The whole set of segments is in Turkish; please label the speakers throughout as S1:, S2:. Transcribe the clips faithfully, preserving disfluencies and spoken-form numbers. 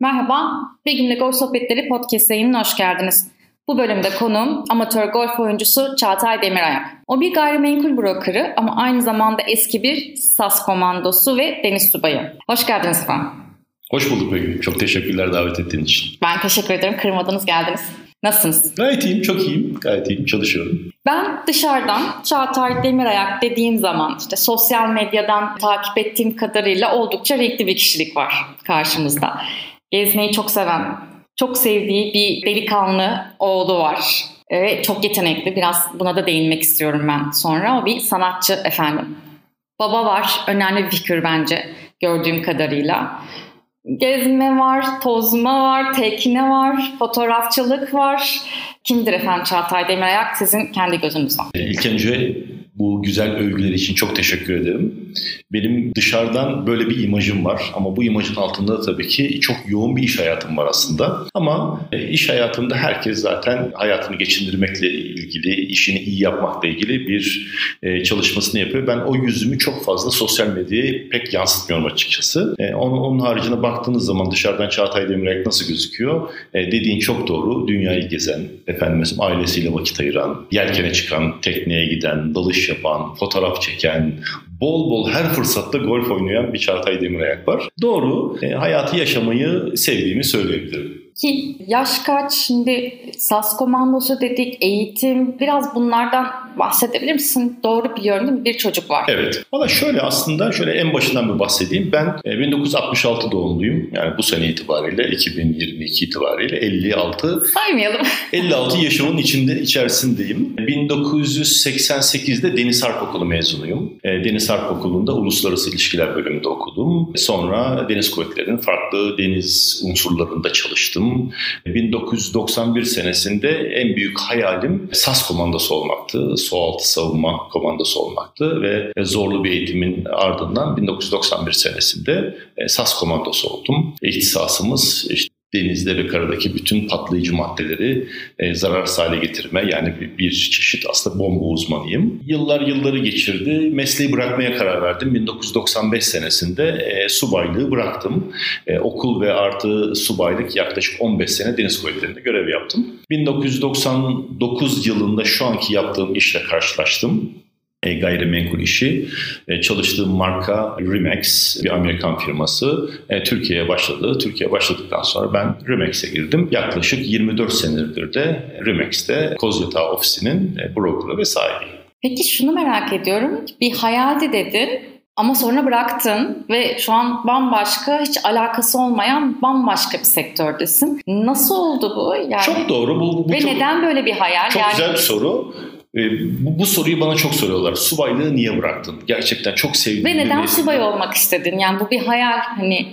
S1: Merhaba, Begüm'le Golf Sohbetleri Podcast yayınına hoş geldiniz. Bu bölümde konuğum amatör golf oyuncusu Çağatay Demirayak. O bir gayrimenkul brokerı ama aynı zamanda eski bir S A S komandosu ve deniz subayı. Hoş geldiniz efendim.
S2: Hoş bulduk Begüm. Çok teşekkürler davet ettiğin için.
S1: Ben teşekkür ederim. Kırmadınız, geldiniz. Nasılsınız?
S2: Gayet iyiyim, çok iyiyim. Gayet iyiyim, çalışıyorum.
S1: Ben dışarıdan Çağatay Demirayak dediğim zaman işte sosyal medyadan takip ettiğim kadarıyla oldukça renkli bir kişilik var karşımızda. Gezmeyi çok seven, çok sevdiği bir delikanlı oğlu var. Ve çok yetenekli. Biraz buna da değinmek istiyorum ben sonra. O bir sanatçı efendim. Baba var. Önemli bir figür bence gördüğüm kadarıyla. Gezme var, tozma var, tekne var, fotoğrafçılık var. Kimdir efendim Çağatay Demirayak sizin kendi gözünüzden?
S2: İlk önce bu güzel övgüler için çok teşekkür ederim. Benim dışarıdan böyle bir imajım var ama bu imajın altında tabii ki çok yoğun bir iş hayatım var aslında. Ama iş hayatında herkes zaten hayatını geçindirmekle ilgili, işini iyi yapmakla ilgili bir çalışmasını yapıyor. Ben o yüzümü çok fazla sosyal medyaya pek yansıtmıyorum açıkçası. Onun, onun haricinde baktığınız zaman dışarıdan Çağatay Demirayak nasıl gözüküyor? Dediğin çok doğru. Dünyayı gezen, efendim mesela ailesiyle vakit ayıran, yelkene çıkan, tekneye giden, dalış yapan, fotoğraf çeken, bol bol her fırsatta golf oynayan bir Çağatay Demirayak var. Doğru, e, hayatı yaşamayı sevdiğimi söyleyebilirim.
S1: Ki yaş kaç? Şimdi S A S komandosu dedik, eğitim. Biraz bunlardan bahsedebilir misin? Doğru biliyorum değil mi? Bir çocuk var.
S2: Evet. Valla şöyle aslında şöyle en başından bir bahsedeyim. Ben bin dokuz yüz altmış altı doğumluyum. Yani bu sene itibariyle iki bin yirmi iki itibariyle elli altı.
S1: Saymayalım.
S2: elli altı yaşımın içinde içerisindeyim. bin dokuz yüz seksen sekizde Deniz Harp Okulu mezunuyum. Deniz Harp Okulu'nda Uluslararası İlişkiler bölümünde okudum. Sonra Deniz Kuvvetleri'nin farklı deniz unsurlarında çalıştım. bin dokuz yüz doksan bir senesinde en büyük hayalim S A S komandosu olmaktı. Sualtı savunma komandosu olmaktı ve zorlu bir eğitimin ardından bin dokuz yüz doksan bir senesinde S A S komandosu oldum. İhtisasımız işte denizde ve karadaki bütün patlayıcı maddeleri e, zararsız hale getirme, yani bir, bir çeşit aslında bomba uzmanıyım. Yıllar yılları geçirdi. Mesleği bırakmaya karar verdim. bin dokuz yüz doksan beş senesinde e, subaylığı bıraktım. E, okul ve artı subaylık yaklaşık on beş sene Deniz Kuvvetleri'nde görev yaptım. bin dokuz yüz doksan dokuz yılında şu anki yaptığım işle karşılaştım. E, gayrimenkul işi. E, çalıştığım marka Remax, bir Amerikan firması. E, Türkiye'ye başladı. Türkiye'ye başladıktan sonra ben Remax'e girdim. Yaklaşık yirmi dört senedir de Remax'te Kozyatağı ofisinin e, brokerı ve sahibiyim.
S1: Peki şunu merak ediyorum. Bir hayaldi dedin ama sonra bıraktın ve şu an bambaşka, hiç alakası olmayan bambaşka bir sektördesin. Nasıl oldu bu? Yani,
S2: çok doğru. Bu, bu
S1: ve
S2: çok,
S1: neden böyle bir hayal?
S2: Çok
S1: yani...
S2: güzel bir soru. Bu, bu soruyu bana çok soruyorlar. Subaylığı niye bıraktın? Gerçekten çok sevdiğim.
S1: Ve neden
S2: bir
S1: subay olmak istedin? Yani bu bir hayal hani.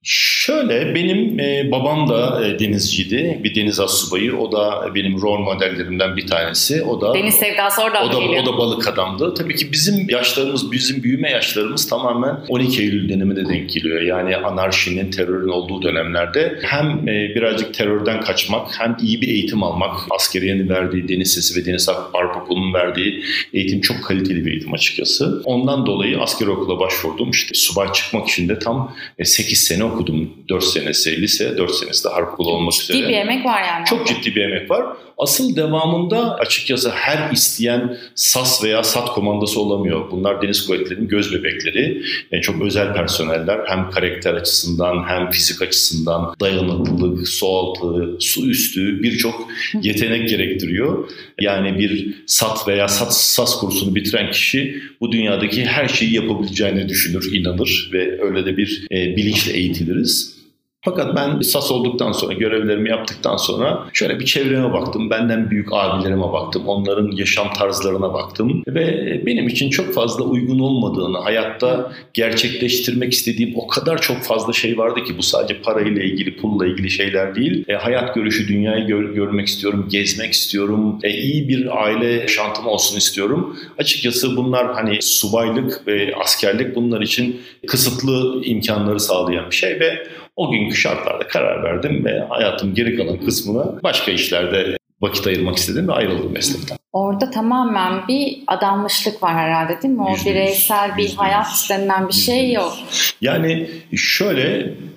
S2: Şöyle, benim e, babam da e, denizciydi. Bir deniz astsubayı. O da benim rol modellerimden bir tanesi. O da
S1: deniz sevdası oradan
S2: o da,
S1: geliyor.
S2: O da balık adamdı. Tabii ki bizim yaşlarımız, bizim büyüme yaşlarımız tamamen on iki Eylül dönemine denk geliyor. Yani anarşinin, terörün olduğu dönemlerde hem e, birazcık terörden kaçmak, hem iyi bir eğitim almak. Askeriyenin verdiği, Deniz Sesi ve Deniz Harp Okulu'nun verdiği eğitim çok kaliteli bir eğitim açıkçası. Ondan dolayı askeri okula başvurdum. İşte subay çıkmak için de tam e, sekiz sene okudum. dört senesi lise, dört senesi de harp okulu olmak
S1: ciddi
S2: üzere.
S1: Ciddi bir emek var yani.
S2: Çok ciddi bir emek var. Asıl devamında açıkçası her isteyen S A S veya S A T komandosu olamıyor. Bunlar Deniz Kuvvetleri'nin göz bebekleri. Yani çok özel personeller. Hem karakter açısından hem fizik açısından dayanıklılık, su altı, su üstü birçok yetenek gerektiriyor. Yani bir S A T veya S A S kursunu bitiren kişi bu dünyadaki her şeyi yapabileceğini düşünür, inanır ve öyle de bir e, bilinçle eğitiliriz. Fakat ben S A S olduktan sonra, görevlerimi yaptıktan sonra şöyle bir çevreme baktım. Benden büyük abilerime baktım. Onların yaşam tarzlarına baktım. Ve benim için çok fazla uygun olmadığını, hayatta gerçekleştirmek istediğim o kadar çok fazla şey vardı ki, bu sadece parayla ilgili, pulla ilgili şeyler değil. E, hayat görüşü, dünyayı gör, görmek istiyorum, gezmek istiyorum. E, iyi bir aile yaşantım olsun istiyorum. Açıkçası bunlar hani subaylık ve askerlik bunlar için kısıtlı imkanları sağlayan bir şey ve o günkü şartlarda karar verdim ve hayatım geri kalan kısmına başka işlerde vakit ayırmak istedim ve ayrıldım meslekten.
S1: Orada tamamen bir adanmışlık var herhalde değil mi? O
S2: yüzde yüz,
S1: bireysel bir
S2: yüzde yüz,
S1: hayat denilen bir şey yok.
S2: Yani şöyle,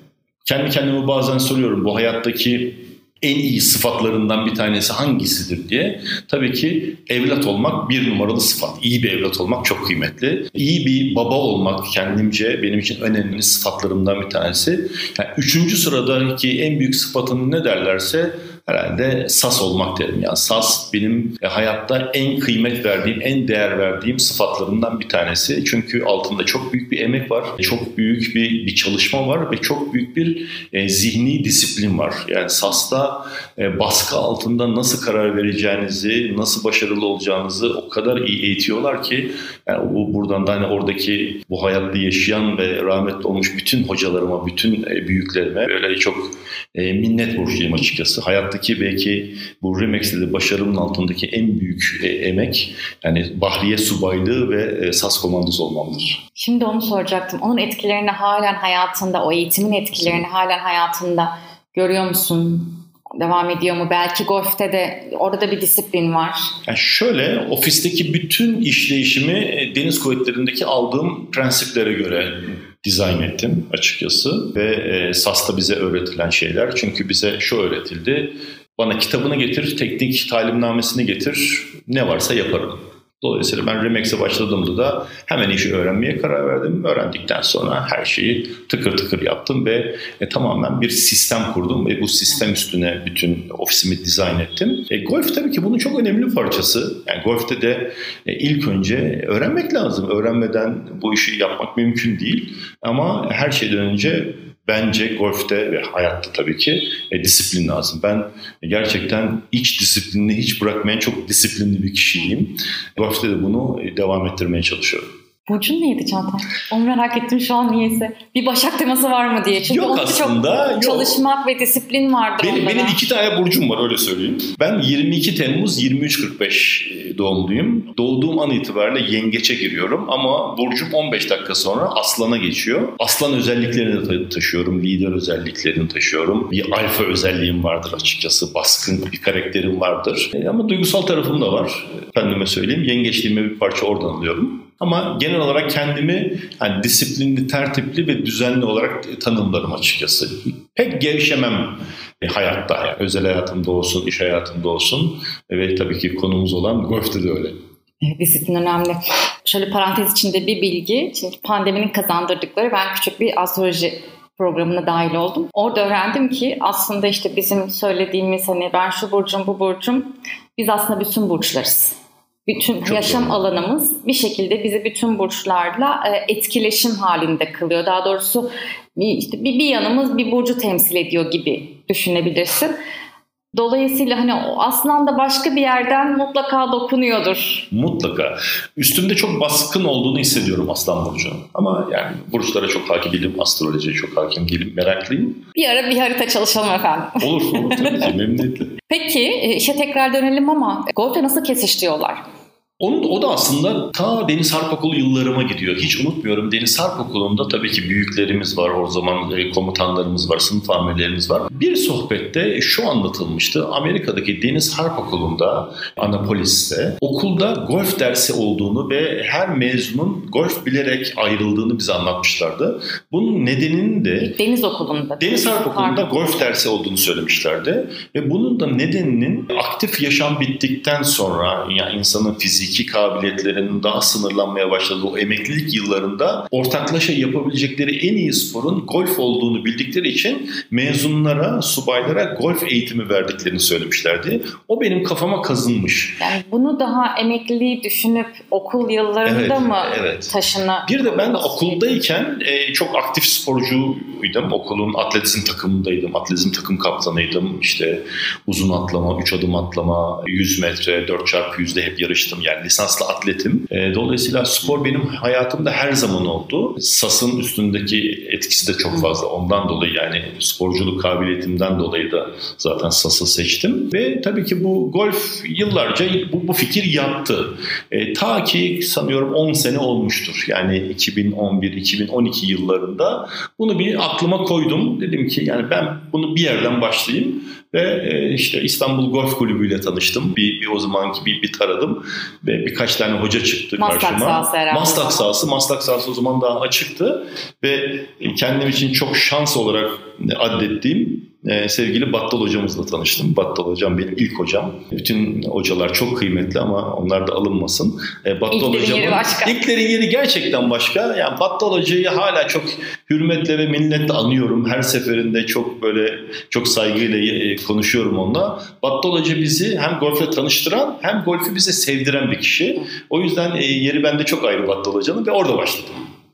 S2: Kendi kendime bazen soruyorum, bu hayattaki en iyi sıfatlarından bir tanesi hangisidir diye. Tabii ki evlat olmak bir numaralı sıfat. İyi bir evlat olmak çok kıymetli. İyi bir baba olmak kendimce benim için önemli sıfatlarımdan bir tanesi. Yani üçüncü sıradaki en büyük sıfatını ne derlerse herhalde sas olmak derim. Yani sas benim hayatta en kıymet verdiğim, en değer verdiğim sıfatlarımdan bir tanesi. Çünkü altında çok büyük bir emek var, çok büyük bir, bir çalışma var ve çok büyük bir e, zihni disiplin var. Yani sasta e, baskı altında nasıl karar vereceğinizi, nasıl başarılı olacağınızı o kadar iyi eğitiyorlar ki yani bu buradan da hani oradaki bu hayatta yaşayan ve rahmetli olmuş bütün hocalarıma, bütün e, büyüklerime böyle çok e, minnet borçluyum açıkçası. Hayatta ki belki bu Remex'te başarımın altındaki en büyük e, emek yani Bahriye Subaylığı ve e, SAS komandosu olmamdır.
S1: Şimdi onu soracaktım. Onun etkilerini halen hayatında, o eğitimin etkilerini halen hayatında görüyor musun? Devam ediyor mu? Belki golfte de orada bir disiplin var.
S2: Yani şöyle, ofisteki bütün işleyişimi deniz kuvvetlerindeki aldığım prensiplere göre dizayn ettim açıkçası. Ve e, SAS'ta bize öğretilen şeyler. Çünkü bize şu öğretildi. Bana kitabını getir, teknik talimnamesini getir. Ne varsa yaparım. Dolayısıyla ben Remex'e başladığımda da hemen işi öğrenmeye karar verdim. Öğrendikten sonra her şeyi tıkır tıkır yaptım ve e, tamamen bir sistem kurdum. Ve bu sistem üstüne bütün ofisimi dizayn ettim. E, golf tabii ki bunun çok önemli parçası. Yani golfte de e, ilk önce öğrenmek lazım. Öğrenmeden bu işi yapmak mümkün değil. Ama her şeyden önce bence golfte ve hayatta tabii ki e, disiplin lazım. Ben gerçekten iç disiplinini hiç bırakmayan çok disiplinli bir kişiyim. Golfte de bunu e, devam ettirmeye çalışıyorum.
S1: Burcun neydi Çağatay? Onu merak ettim şu an niyeyse. Bir Başak teması var mı diye. Çünkü
S2: yok aslında.
S1: Çok çalışmak ve disiplin vardır
S2: benim,
S1: onlara.
S2: benim iki tane burcum var öyle söyleyeyim. Ben yirmi iki Temmuz yirmi üç kırk beş doğumluyum. Doğduğum an itibariyle yengeçe giriyorum ama burcum on beş dakika sonra aslana geçiyor. Aslan özelliklerini de taşıyorum. Lider özelliklerini taşıyorum. Bir alfa özelliğim vardır açıkçası. Baskın bir karakterim vardır. E, ama duygusal tarafım da var. Efendime söyleyeyim. Yengeçliğime bir parça oradan alıyorum. Ama genel olarak kendimi yani disiplinli, tertipli ve düzenli olarak tanımlarım açıkçası. Pek gevşemem hayatta. Yani özel hayatımda olsun, iş hayatımda olsun ve tabii ki konumuz olan golfte de öyle.
S1: Disiplin önemli. Şöyle parantez içinde bir bilgi. Çünkü pandeminin kazandırdıkları, ben küçük bir astroloji programına dahil oldum. Orada öğrendim ki aslında işte bizim söylediğimiz hani ben şu burcum, bu burcum, biz aslında bütün burçlarız. Bütün çok yaşam doğru. Alanımız bir şekilde bizi bütün burçlarla etkileşim halinde kılıyor. Daha doğrusu bir, işte bir, bir yanımız bir burcu temsil ediyor gibi düşünebilirsin. Dolayısıyla hani o aslan da başka bir yerden mutlaka dokunuyordur.
S2: Mutlaka. Üstümde çok baskın olduğunu hissediyorum aslan burcunun. Ama yani burçlara çok hakim değilim, astrolojiye çok hakim değilim, meraklıyım.
S1: Bir ara bir harita çalışalım efendim.
S2: Olur, olur tabii ki memnuniyetle.
S1: Peki işe tekrar dönelim ama golf'te nasıl kesiştiriyorlar?
S2: Onun, o da aslında ta Deniz Harp Okulu yıllarıma gidiyor. Hiç unutmuyorum. Deniz Harp Okulu'nda tabii ki büyüklerimiz var. O zaman komutanlarımız var, sınıf amirlerimiz var. Bir sohbette şu anlatılmıştı. Amerika'daki Deniz Harp Okulu'nda, Annapolis'te okulda golf dersi olduğunu ve her mezunun golf bilerek ayrıldığını bize anlatmışlardı. Bunun nedeninin de
S1: Deniz Okulu'nda.
S2: Deniz Harp Okulu'nda golf dersi olduğunu söylemişlerdi. Ve bunun da nedeninin aktif yaşam bittikten sonra yani insanın fiziği fiziki kabiliyetlerinin daha sınırlanmaya başladığı o emeklilik yıllarında ortaklaşa yapabilecekleri en iyi sporun golf olduğunu bildikleri için mezunlara, subaylara golf eğitimi verdiklerini söylemişlerdi. O benim kafama kazınmış.
S1: Yani bunu daha emekliliği düşünüp okul yıllarında
S2: evet,
S1: mı
S2: evet.
S1: taşına?
S2: Bir de ben okuldayken e, çok aktif sporcuydum. Okulun atletizm takımındaydım. Atletizm takım kaptanıydım. İşte uzun atlama, üç adım atlama, yüz metre, dört çarpı yüzde hep yarıştım. Yani lisanslı atletim. E, dolayısıyla spor benim hayatımda her zaman oldu. SAS'ın üstündeki etkisi de çok fazla. Ondan dolayı yani sporculuk kabiliyetimden dolayı da zaten SAS'ı seçtim. Ve tabii ki bu golf yıllarca bu, bu fikir yattı. E, ta ki sanıyorum on sene olmuştur. Yani iki bin on bir iki bin on iki yıllarında bunu bir aklıma koydum. Dedim ki yani ben bunu bir yerden başlayayım Ve işte İstanbul Golf Kulübü ile tanıştım. Bir, bir o zamanki bir, bir taradım ve birkaç tane hoca çıktı
S1: Maslak
S2: karşıma.
S1: Sahası herhalde.
S2: Maslak sahası. Maslak sahası o zaman daha açıktı ve kendim için çok şans olarak addettiğim Ee, sevgili Battal hocamızla tanıştım. Battal hocam benim ilk hocam. Bütün hocalar çok kıymetli ama onlar da alınmasın. Ee, Battal
S1: İlklerin
S2: hocamın,
S1: yeri başka.
S2: İlklerin yeri gerçekten başka. Yani Battal hocayı hala çok hürmetle ve minnetle anıyorum. Her seferinde çok böyle çok saygıyla e, konuşuyorum onunla. Battal hoca bizi hem golfle tanıştıran hem golfü bize sevdiren bir kişi. O yüzden e, yeri bende çok ayrı Battal hocanın ve orada başladım.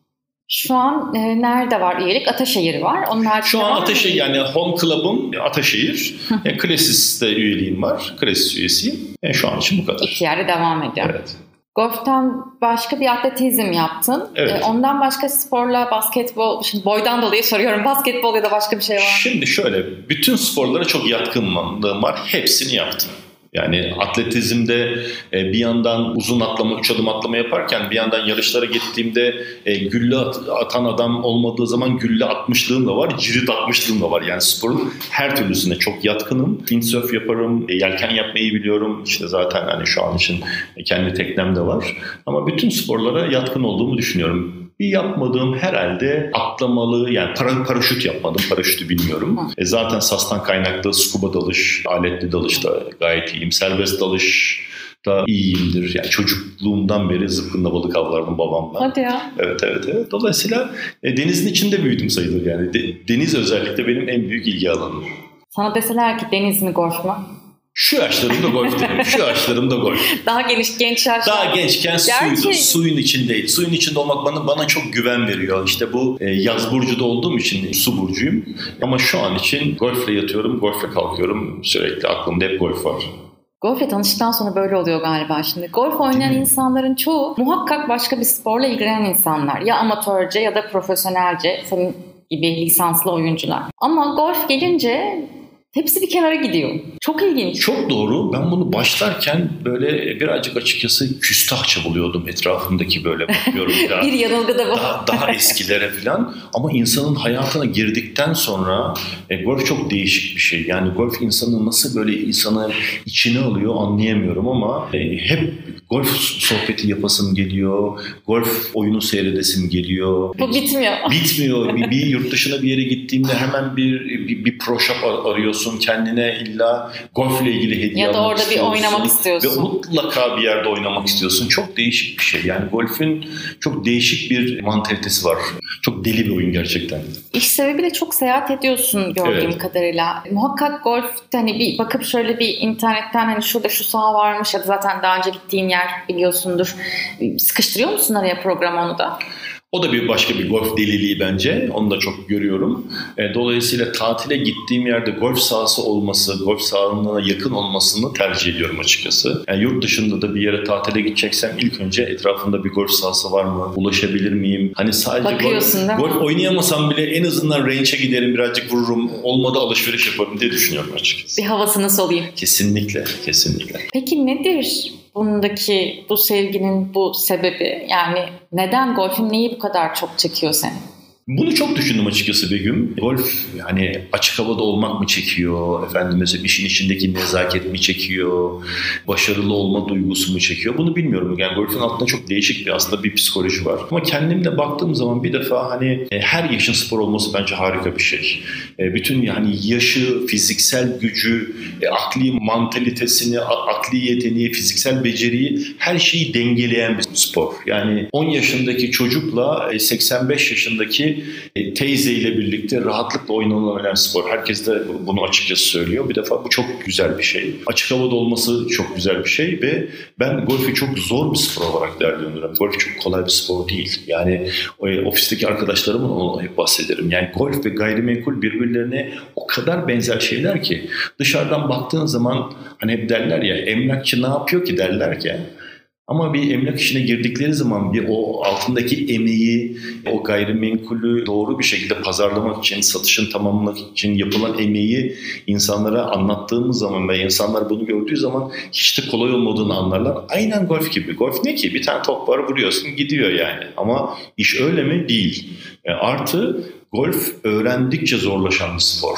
S1: Şu an e, nerede var üyelik? Ataşehir var. Onun
S2: Şu an Ataşehir yani home club'ım Ataşehir. e, Klasis'te üyeliğim var. Klasis üyesiyim. E, şu an için bu kadar.
S1: İki yerde devam ediyor.
S2: Evet.
S1: Golf'ten başka bir atletizm yaptın.
S2: Evet.
S1: E, ondan başka sporla basketbol, şimdi boydan dolayı soruyorum. Basketbol ya da başka bir şey var mı?
S2: Şimdi şöyle, bütün sporlara çok yatkınlığım var. Hepsini yaptım. Yani atletizmde bir yandan uzun atlama, üç adım atlama yaparken bir yandan yarışlara gittiğimde gülle atan adam olmadığı zaman gülle atmışlığım da var, cirit atmışlığım da var. Yani sporun her türlüsüne çok yatkınım. Windsurf yaparım, yelken yapmayı biliyorum. İşte zaten hani şu an için kendi teknem de var. Ama bütün sporlara yatkın olduğumu düşünüyorum. Bir yapmadığım herhalde atlamalı, yani para, paraşüt yapmadım, paraşütü bilmiyorum. E zaten S A S'tan kaynaklı scuba dalış, aletli dalışta gayet iyiyim. Serbest dalış da iyiyimdir. Yani çocukluğumdan beri zıpkınla balık avlardım babamla.
S1: Hadi ya.
S2: Evet evet evet. Dolayısıyla e, denizin içinde büyüdüm sayılır yani. De, deniz özellikle benim en büyük ilgi alanım.
S1: Sana deseler ki deniz mi golf mu?
S2: Şu yaşlarımda golf dedim. Şu yaşlarımda golf.
S1: Daha geniş, genç yaşlar.
S2: Daha gençken
S1: Gerçi...
S2: suydu. Suyun içindeydi. Suyun içinde olmak bana, bana çok güven veriyor. İşte bu e, yaz burcuda olduğum için su burcuyum. Ama şu an için golfle yatıyorum, golfle kalkıyorum. Sürekli aklımda hep golf var.
S1: Golfle tanıştıktan sonra böyle oluyor galiba şimdi. Golf oynayan insanların çoğu muhakkak başka bir sporla ilgilenen insanlar. Ya amatörce ya da profesyonelce. Senin gibi lisanslı oyuncular. Ama golf gelince... hepsi bir kenara gidiyor. Çok ilginç.
S2: Çok doğru. Ben bunu başlarken böyle birazcık açıkçası küstahça buluyordum etrafımdaki böyle bakıyorum. Daha,
S1: bir yanılgı da bu.
S2: Daha, daha eskilere falan. Ama insanın hayatına girdikten sonra e, golf çok değişik bir şey. Yani golf insanın nasıl böyle insanı içine alıyor anlayamıyorum ama e, hep golf sohbeti yapasım geliyor. Golf oyunu seyredesim geliyor.
S1: Bu bitmiyor.
S2: Bitmiyor. bir, bir yurt dışına bir yere gittiğimde hemen bir bir, bir pro shop arıyorsun. Kendine illa golfle ilgili hediye
S1: ya da
S2: almak
S1: orada bir oynamak istiyorsun.
S2: Ve mutlaka bir yerde oynamak istiyorsun. Çok değişik bir şey. Yani golfün çok değişik bir mantalitesi var. Çok deli bir oyun gerçekten.
S1: İş sebebiyle çok seyahat ediyorsun gördüğüm evet. kadarıyla. Muhakkak golf hani bir bakıp şöyle bir internetten hani şurada şu saha varmış ya da zaten daha önce gittiğin yer biliyorsundur. Sıkıştırıyor musun araya programı onu da?
S2: O da bir başka bir golf deliliği bence. Onu da çok görüyorum. Dolayısıyla tatile gittiğim yerde golf sahası olması, golf sahalarına yakın olmasını tercih ediyorum açıkçası. Yani yurt dışında da bir yere tatile gideceksem ilk önce etrafında bir golf sahası var mı? Ulaşabilir miyim? Hani sadece golf, golf oynayamasam bile en azından range'e giderim, birazcık vururum. Olmadı alışveriş yaparım diye düşünüyorum açıkçası.
S1: Bir havasını solayım.
S2: Kesinlikle, kesinlikle.
S1: Peki nedir bundaki bu sevginin bu sebebi? Yani neden golfün neyi bu kadar çok çekiyor seni?
S2: Bunu çok düşündüm açıkçası Begüm. Golf yani açık havada olmak mı çekiyor? Efendim mesela işin içindeki nezaket mi çekiyor? Başarılı olma duygusu mu çekiyor? Bunu bilmiyorum. Yani golfün altında çok değişik bir aslında bir psikoloji var. Ama kendimle baktığım zaman bir defa hani her yaşın spor olması bence harika bir şey. Bütün yani yaşı, fiziksel gücü, akli mantalitesini, akli yeteneği, fiziksel beceriyi her şeyi dengeleyen bir spor. Yani on yaşındaki çocukla seksen beş yaşındaki teyze ile birlikte rahatlıkla oynanabilen spor. Herkes de bunu açıkçası söylüyor. Bir defa bu çok güzel bir şey. Açık havada olması çok güzel bir şey ve ben golfü çok zor bir spor olarak değerlendiriyorum. Golf çok kolay bir spor değil. Yani ofisteki arkadaşlarımın onu hep bahsederim. Yani golf ve gayrimenkul birbirlerine o kadar benzer şeyler ki dışarıdan baktığın zaman hani hep derler ya emlakçı ne yapıyor ki derler ki. Ama bir emlak işine girdikleri zaman bir o altındaki emeği, o gayrimenkulü doğru bir şekilde pazarlamak için, satışın tamamlamak için yapılan emeği insanlara anlattığımız zaman ve insanlar bunu gördüğü zaman hiç de kolay olmadığını anlarlar. Aynen golf gibi. Golf ne ki? Bir tane top var, vuruyorsun gidiyor yani. Ama iş öyle mi? Değil. E artı golf öğrendikçe zorlaşan bir spor.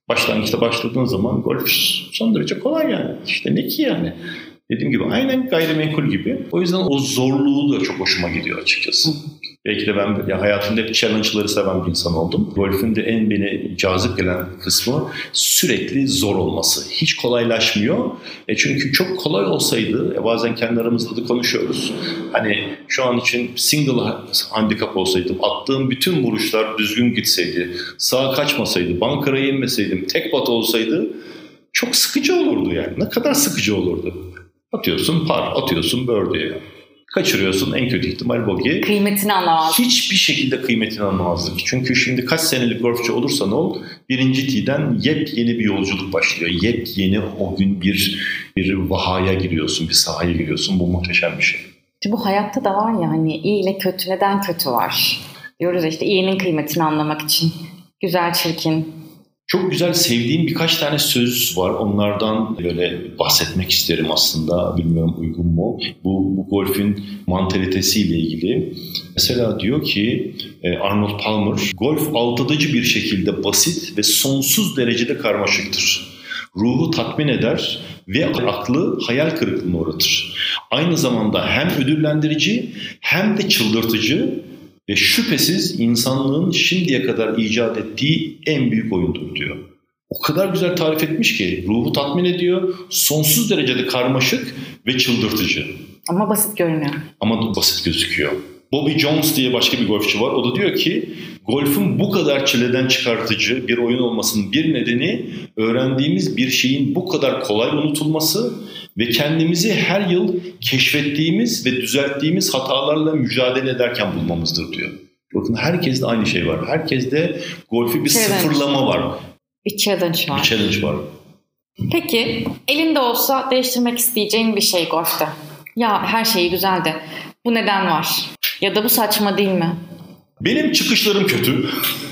S2: Başlangıçta başladığın zaman golf son derece kolay yani. İşte ne ki yani. Dediğim gibi aynen gayrimenkul gibi. O yüzden o zorluğu da çok hoşuma gidiyor açıkçası. Belki de ben ya hayatımda hep challenge'ları seven bir insan oldum. Golf'ün de en beni cazip gelen kısmı sürekli zor olması. Hiç kolaylaşmıyor. E çünkü çok kolay olsaydı, e bazen kendi aramızda da konuşuyoruz. Hani şu an için single handikap olsaydım, attığım bütün vuruşlar düzgün gitseydi, sağa kaçmasaydı, banker'a inmeseydim, tek bat olsaydı çok sıkıcı olurdu yani. Ne kadar sıkıcı olurdu. Atıyorsun par, atıyorsun birdie. Kaçırıyorsun en kötü ihtimal bogey.
S1: Kıymetini anlamazdık.
S2: Hiçbir şekilde kıymetini anlamazdık. Çünkü şimdi kaç senelik golfçü olursan ol, birinci tee'den yepyeni bir yolculuk başlıyor. Yepyeni o gün bir bir vahaya giriyorsun, bir sahaya giriyorsun. Bu muhteşem bir şey.
S1: Bu hayatta da var ya hani iyi ile kötü, neden kötü var? Diyoruz ya işte iyinin kıymetini anlamak için. Güzel, çirkin.
S2: Çok güzel sevdiğim birkaç tane söz var. Onlardan böyle bahsetmek isterim aslında. Bilmiyorum uygun mu? Bu, bu golfün mantalitesiyle ilgili. Mesela diyor ki Arnold Palmer, golf aldatıcı bir şekilde basit ve sonsuz derecede karmaşıktır. Ruhu tatmin eder ve aklı hayal kırıklığına uğratır. Aynı zamanda hem ödüllendirici hem de çıldırtıcı ve şüphesiz insanlığın şimdiye kadar icat ettiği en büyük oyundur diyor. O kadar güzel tarif etmiş ki ruhu tatmin ediyor, sonsuz derecede karmaşık ve çıldırtıcı.
S1: Ama basit görünüyor.
S2: Ama basit gözüküyor. Bobby Jones diye başka bir golfçi var. O da diyor ki golfün bu kadar çileden çıkartıcı bir oyun olmasının bir nedeni öğrendiğimiz bir şeyin bu kadar kolay unutulması ve kendimizi her yıl keşfettiğimiz ve düzelttiğimiz hatalarla mücadele ederken bulmamızdır diyor. Bakın herkeste aynı şey var. Herkeste golfü bir challenge. Sıfırlama var.
S1: Bir challenge var.
S2: Bir challenge var.
S1: Peki elinde olsa değiştirmek isteyeceğin bir şey golfte. Ya her şeyi güzel de bu neden var? Ya da bu saçma değil mi?
S2: Benim çıkışlarım kötü.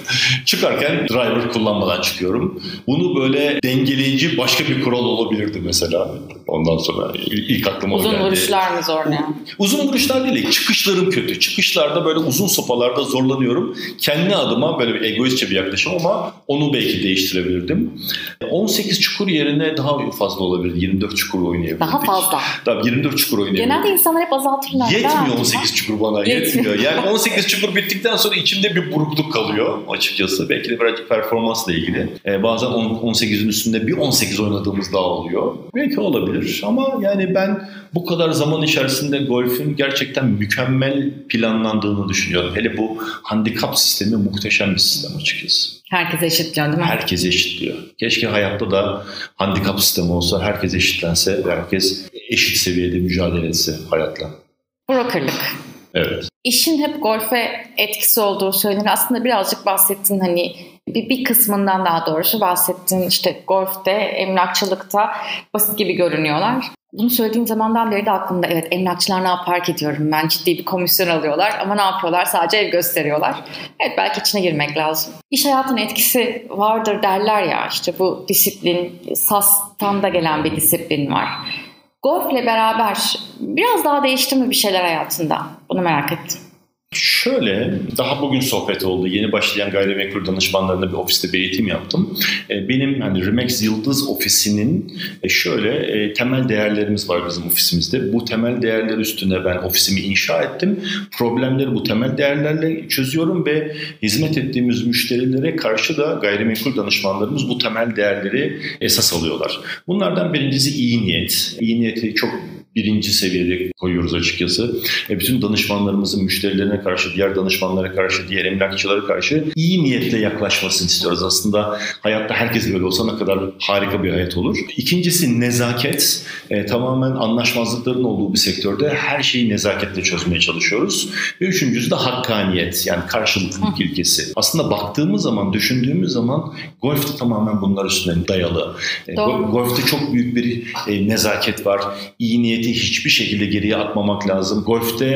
S2: Çıkarken driver kullanmadan çıkıyorum. Bunu böyle dengeleyici başka bir kural olabilirdi mesela. Ondan sonra ilk aklıma
S1: uzun
S2: geldi.
S1: Uzun vuruşlar mı zor ne?
S2: Uzun vuruşlar değil. Çıkışlarım kötü. Çıkışlarda böyle uzun sopalarda zorlanıyorum. Kendi adıma böyle bir egoistçe bir yaklaşım ama onu belki değiştirebilirdim. on sekiz çukur yerine daha fazla olabilir. yirmi dört çukur oynayabilirdik.
S1: Daha fazla.
S2: Tabii yirmi dört çukur oynayabilirdik.
S1: Genelde insanlar hep azaltırlar.
S2: Yetmiyor on sekiz çukur bana. Yetmiyor. Yani on sekiz çukur bittikten sonra içimde bir burukluk kalıyor açıkçası. Belki de birazcık performansla ilgili. Ee, bazen on sekizin üstünde bir on sekiz oynadığımız daha oluyor. Belki olabilir ama yani ben bu kadar zaman içerisinde golfün gerçekten mükemmel planlandığını düşünüyorum. Hele bu handikap sistemi muhteşem bir sistem açıkçası.
S1: Herkese eşitliyor değil mi?
S2: Herkese eşitliyor. Keşke hayatta da handikap sistemi olsa, herkes eşitlense ve herkes eşit seviyede mücadele etse hayatla.
S1: Brokerlık.
S2: Evet.
S1: İşin hep golfe etkisi olduğu söylenir. Aslında birazcık bahsettin hani bir, bir kısmından daha doğrusu bahsettin işte golfte, emlakçılıkta basit gibi görünüyorlar. Bunu söylediğim zamandan beri de aklımda evet emlakçılar ne yapar ki diyorum ben ciddi bir komisyon alıyorlar ama ne yapıyorlar sadece ev gösteriyorlar. Evet belki içine girmek lazım. İş hayatının etkisi vardır derler ya işte bu disiplin, S A S'tan da gelen bir disiplin var. Golf'le beraber biraz daha değişti mi bir şeyler hayatında? Bunu merak ettim.
S2: Şöyle, daha bugün sohbet oldu. Yeni başlayan gayrimenkul danışmanlarına bir ofiste bir eğitim yaptım. Benim hani Remax Yıldız ofisinin şöyle temel değerlerimiz var bizim ofisimizde. Bu temel değerler üstüne ben ofisimi inşa ettim. Problemleri bu temel değerlerle çözüyorum ve hizmet ettiğimiz müşterilere karşı da gayrimenkul danışmanlarımız bu temel değerleri esas alıyorlar. Bunlardan birincisi iyi niyet. İyi niyeti çok birinci seviyede koyuyoruz açıkçası. E bütün danışmanlarımızın müşterilerine karşı, diğer danışmanlara karşı, diğer emlakçılara karşı iyi niyetle yaklaşmasını istiyoruz. Aslında hayatta herkes böyle olsa ne kadar harika bir hayat olur. İkincisi nezaket. E, tamamen anlaşmazlıkların olduğu bir sektörde her şeyi nezaketle çözmeye çalışıyoruz. Ve üçüncüsü de hakkaniyet. Yani karşılıklılık ilkesi. Aslında baktığımız zaman, düşündüğümüz zaman golfte tamamen bunlar üstüne dayalı. E, golfte çok büyük bir e, nezaket var. İyi niyeti hiçbir şekilde geriye atmamak lazım. Golfte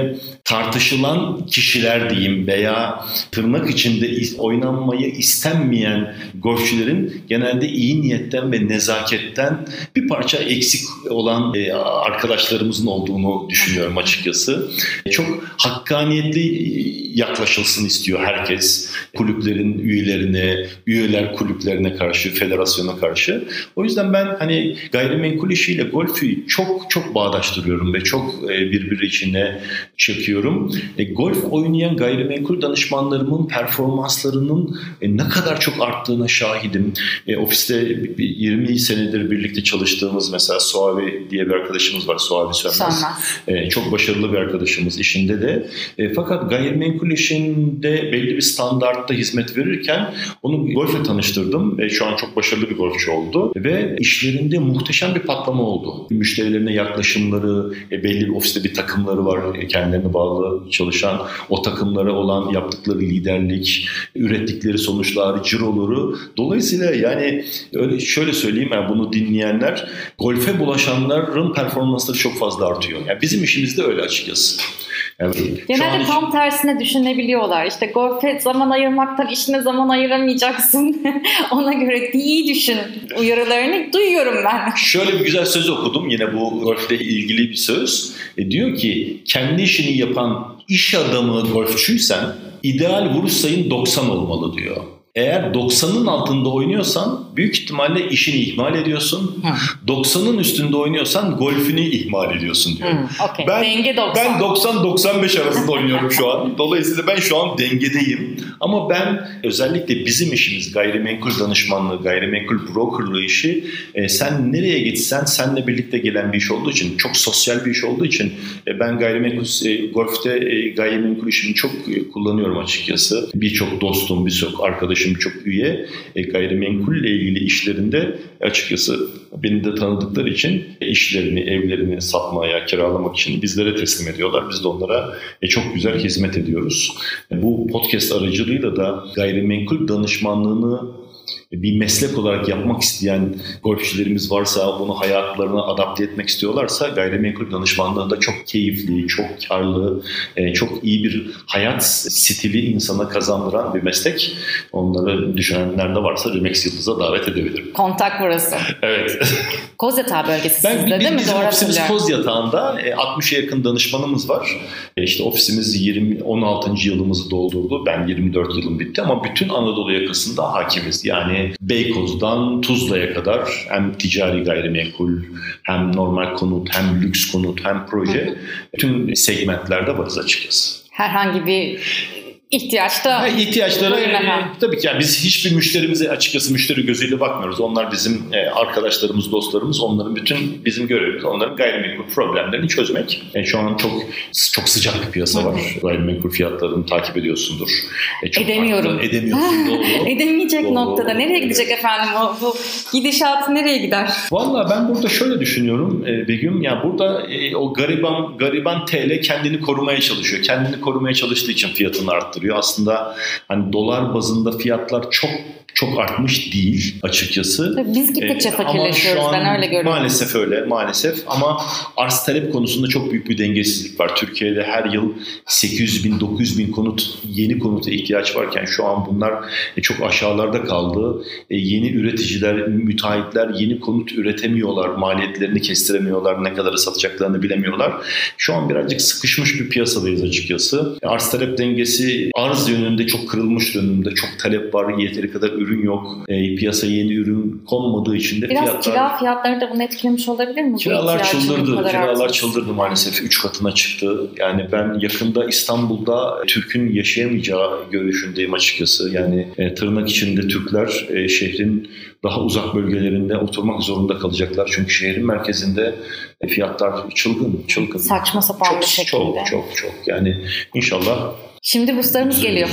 S2: tartışılan kişiler diyeyim veya tırnak içinde oynanmayı istenmeyen golfçülerin genelde iyi niyetten ve nezaketten bir parça eksik olan arkadaşlarımızın olduğunu düşünüyorum açıkçası. Çok hakkaniyetli yaklaşılsın istiyor herkes. Kulüplerin üyelerine, üyeler kulüplerine karşı, federasyona karşı. O yüzden ben hani gayrimenkul işiyle golfü çok çok bağdaştırıyorum ve çok birbiri içine çekiyorum. E, golf oynayan gayrimenkul danışmanlarımın performanslarının e, ne kadar çok arttığına şahidim. E, ofiste yirmi senedir birlikte çalıştığımız mesela Suavi diye bir arkadaşımız var. Suavi Sönmez. E, çok başarılı bir arkadaşımız işinde de. E, fakat gayrimenkul işinde belli bir standartta hizmet verirken onu golfle tanıştırdım. E, şu an çok başarılı bir golfçü oldu. Ve işlerinde muhteşem bir patlama oldu. Müşterilerine yaklaşımları, e, belli bir ofiste bir takımları var. E, kendilerine bağlı çalışan, o takımlara olan yaptıkları liderlik, ürettikleri sonuçlar, ciroları. Dolayısıyla yani öyle şöyle söyleyeyim, yani bunu dinleyenler, golfe bulaşanların performansları çok fazla artıyor. Yani bizim işimizde öyle açıkçası. Yani
S1: genelde tam hiç... tersine düşünebiliyorlar. İşte golfe zaman ayırmaktan işine zaman ayıramayacaksın. Ona göre iyi düşün uyarılarını duyuyorum ben.
S2: Şöyle bir güzel söz okudum. Yine bu golfle ilgili bir söz. E diyor ki kendi işini yapan iş adamı golfçüysen ideal vuruş sayın doksan olmalı diyor. Eğer doksanın altında oynuyorsan büyük ihtimalle işini ihmal ediyorsun. Hmm. doksanın üstünde oynuyorsan golfünü ihmal ediyorsun diyor. Hmm,
S1: okay.
S2: Ben,
S1: Denge doksan.
S2: Ben doksan doksan beş arasında oynuyorum şu an. Dolayısıyla ben şu an dengedeyim. Ama ben özellikle bizim işimiz gayrimenkul danışmanlığı, gayrimenkul brokerlığı işi e, sen nereye gitsen seninle birlikte gelen bir iş olduğu için, çok sosyal bir iş olduğu için e, ben gayrimenkul e, golfte e, gayrimenkul işini çok e, kullanıyorum açıkçası. Birçok dostum, birçok arkadaşım, birçok üye e, gayrimenkulle ilgili işlerinde açıkçası beni de tanıdıkları için e, işlerini, evlerini satmaya, kiralamak için bizlere teslim ediyorlar. Biz de onlara e, çok güzel hizmet ediyoruz. E, bu podcast aracılığıyla da gayrimenkul danışmanlığını bir meslek olarak yapmak isteyen golfçilerimiz varsa, bunu hayatlarına adapte etmek istiyorlarsa gayrimenkul danışmanlığında çok keyifli, çok karlı, çok iyi bir hayat stili insana kazandıran bir meslek. Onları düşünenler de varsa Remax Yıldız'a davet edebilirim.
S1: Kontak burası.
S2: Evet.
S1: Kozyatağı bölgesi
S2: ben,
S1: sizde
S2: biz,
S1: değil mi?
S2: Bizim
S1: Doğru
S2: ofisimiz Kozyatağı'nda altmışa yakın danışmanımız var. İşte ofisimiz yirmi on altıncı yılımızı doldurdu. Ben yirmi dört yılım bitti ama bütün Anadolu yakasında hakimiz. Yani Beykoz'dan Tuzla'ya kadar hem ticari gayrimenkul, hem normal konut, hem lüks konut, hem proje, bütün segmentlerde varız açıkçası.
S1: Herhangi bir ihtiyaçta
S2: ihtiyaçları e, tabii ki yani biz hiçbir müşterimize açıkçası müşteri gözüyle bakmıyoruz. Onlar bizim e, arkadaşlarımız, dostlarımız. Onların bütün bizim görevimiz onların gayrimenkul problemlerini çözmek. E, şu an çok çok sıcak bir piyasa var. Gayrimenkul fiyatlarını takip ediyorsundur.
S1: E, çok Edemiyorum.
S2: Farklı. Edemiyorsun. Doğru.
S1: Edemeyecek
S2: doğru.
S1: noktada. Nereye gidecek efendim? O, bu gidişat nereye gider?
S2: Vallahi ben burada şöyle düşünüyorum e, Begüm. Ya yani burada e, o gariban gariban T L kendini korumaya çalışıyor. Kendini korumaya çalıştığı için fiyatını arttırıyor. Aslında hani dolar bazında fiyatlar çok çok artmış değil açıkçası.
S1: Biz gittikçe ee, fakirleşiyoruz. Ben öyle görüyorum.
S2: Maalesef öyle maalesef ama arz talep konusunda çok büyük bir dengesizlik var. Türkiye'de her yıl sekiz yüz bin dokuz yüz bin konut, yeni konuta ihtiyaç varken şu an bunlar çok aşağılarda kaldı. Yeni üreticiler, müteahhitler yeni konut üretemiyorlar. Maliyetlerini kestiremiyorlar. Ne kadar satacaklarını bilemiyorlar. Şu an birazcık sıkışmış bir piyasadayız açıkçası. Arz talep dengesi arz yönünde çok kırılmış dönemde. Çok talep var. Yeteri kadar ürün yok. E, piyasaya yeni ürün konmadığı için de
S1: biraz
S2: fiyatlar...
S1: kira fiyatları da bunu etkilemiş olabilir mi?
S2: Kiralar çıldırdı. Kiralar çıldırdı maalesef. Üç katına çıktı. Yani ben yakında İstanbul'da Türk'ün yaşayamayacağı görüşündeyim açıkçası. Yani e, tırnak içinde Türkler e, şehrin daha uzak bölgelerinde oturmak zorunda kalacaklar. Çünkü şehrin merkezinde e, fiyatlar çılgın, çılgın.
S1: Saçma sapan
S2: çok,
S1: bir şekilde.
S2: Çok, çok, çok. Yani inşallah...
S1: Şimdi buslarımız geliyor.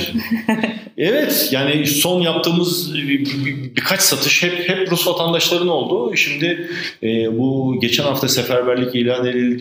S2: Evet, yani son yaptığımız bir, bir, birkaç satış hep hep Rus vatandaşların oldu. Şimdi e, bu geçen hafta seferberlik ilan edildiği